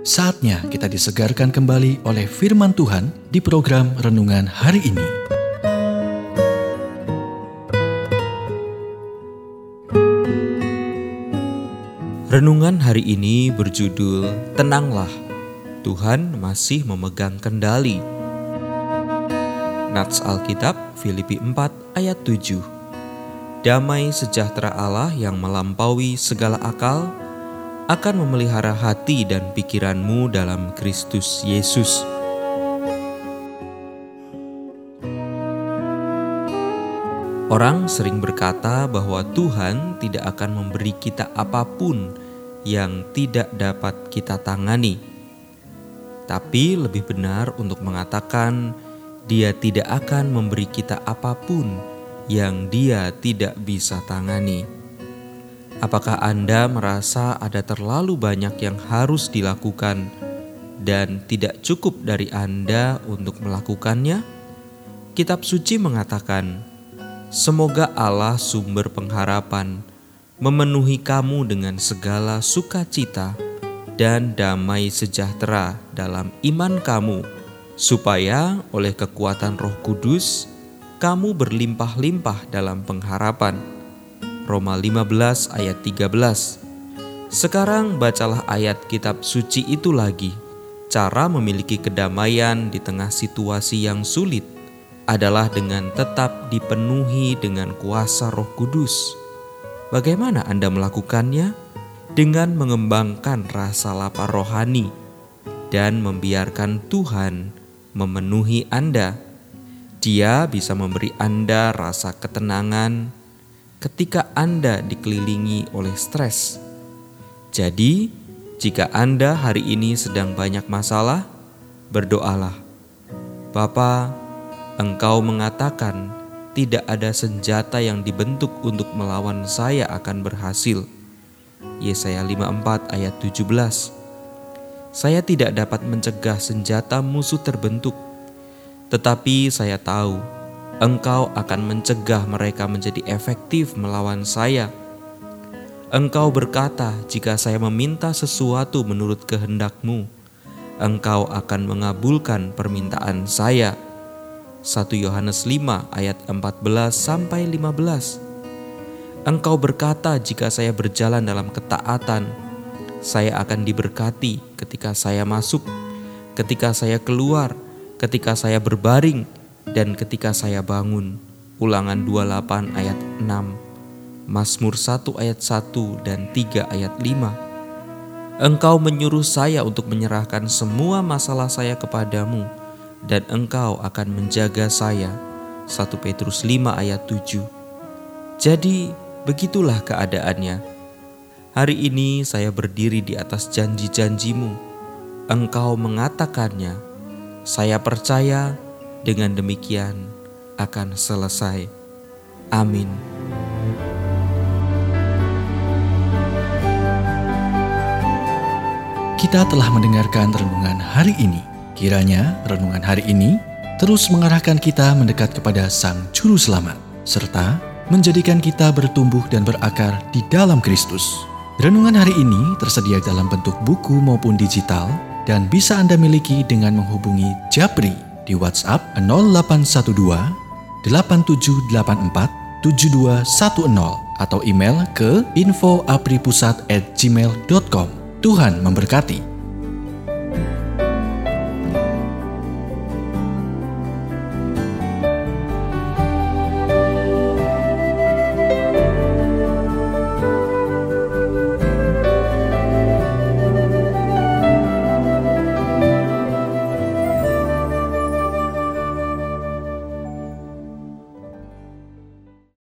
Saatnya kita disegarkan kembali oleh firman Tuhan di program Renungan Hari Ini. Renungan hari ini berjudul Tenanglah, Tuhan masih memegang kendali. Nats Alkitab Filipi 4 ayat 7. Damai sejahtera Allah yang melampaui segala akal akan memelihara hati dan pikiranmu dalam Kristus Yesus. Orang sering berkata bahwa Tuhan tidak akan memberi kita apapun yang tidak dapat kita tangani. Tapi lebih benar untuk mengatakan Dia tidak akan memberi kita apapun yang Dia tidak bisa tangani. Apakah Anda merasa ada terlalu banyak yang harus dilakukan dan tidak cukup dari Anda untuk melakukannya? Kitab suci mengatakan, "Semoga Allah sumber pengharapan memenuhi kamu dengan segala sukacita dan damai sejahtera dalam iman kamu, supaya oleh kekuatan Roh Kudus kamu berlimpah-limpah dalam pengharapan." Roma 15 ayat 13. Sekarang bacalah ayat kitab suci itu lagi. Cara memiliki kedamaian di tengah situasi yang sulit adalah dengan tetap dipenuhi dengan kuasa Roh Kudus. Bagaimana Anda melakukannya? Dengan mengembangkan rasa lapar rohani dan membiarkan Tuhan memenuhi Anda. Dia bisa memberi Anda rasa ketenangan ketika Anda dikelilingi oleh stres. Jadi, jika Anda hari ini sedang banyak masalah, berdoalah. Bapa, Engkau mengatakan tidak ada senjata yang dibentuk untuk melawan saya akan berhasil. Yesaya 54 ayat 17. Saya tidak dapat mencegah senjata musuh terbentuk, tetapi saya tahu Engkau akan mencegah mereka menjadi efektif melawan saya. Engkau berkata, jika saya meminta sesuatu menurut kehendak-Mu, Engkau akan mengabulkan permintaan saya. 1 Yohanes 5 ayat 14-15. Engkau berkata, jika saya berjalan dalam ketaatan, saya akan diberkati ketika saya masuk, ketika saya keluar, ketika saya berbaring, dan ketika saya bangun. Ulangan 28 ayat 6, Mazmur 1 ayat 1 dan 3 ayat 5. Engkau menyuruh saya untuk menyerahkan semua masalah saya kepadamu, dan Engkau akan menjaga saya. 1 Petrus 5 ayat 7. Jadi begitulah keadaannya. Hari ini saya berdiri di atas janji-janji-Mu. Engkau mengatakannya. Saya percaya dengan demikian akan selesai. Amin. Kita telah mendengarkan renungan hari ini. Kiranya renungan hari ini terus mengarahkan kita mendekat kepada Sang Juru Selamat, serta menjadikan kita bertumbuh dan berakar di dalam Kristus. Renungan hari ini tersedia dalam bentuk buku maupun digital dan bisa Anda miliki dengan menghubungi Japri di WhatsApp 0812 8784 7210 atau email ke info@apripusat@gmail.com. Tuhan memberkati.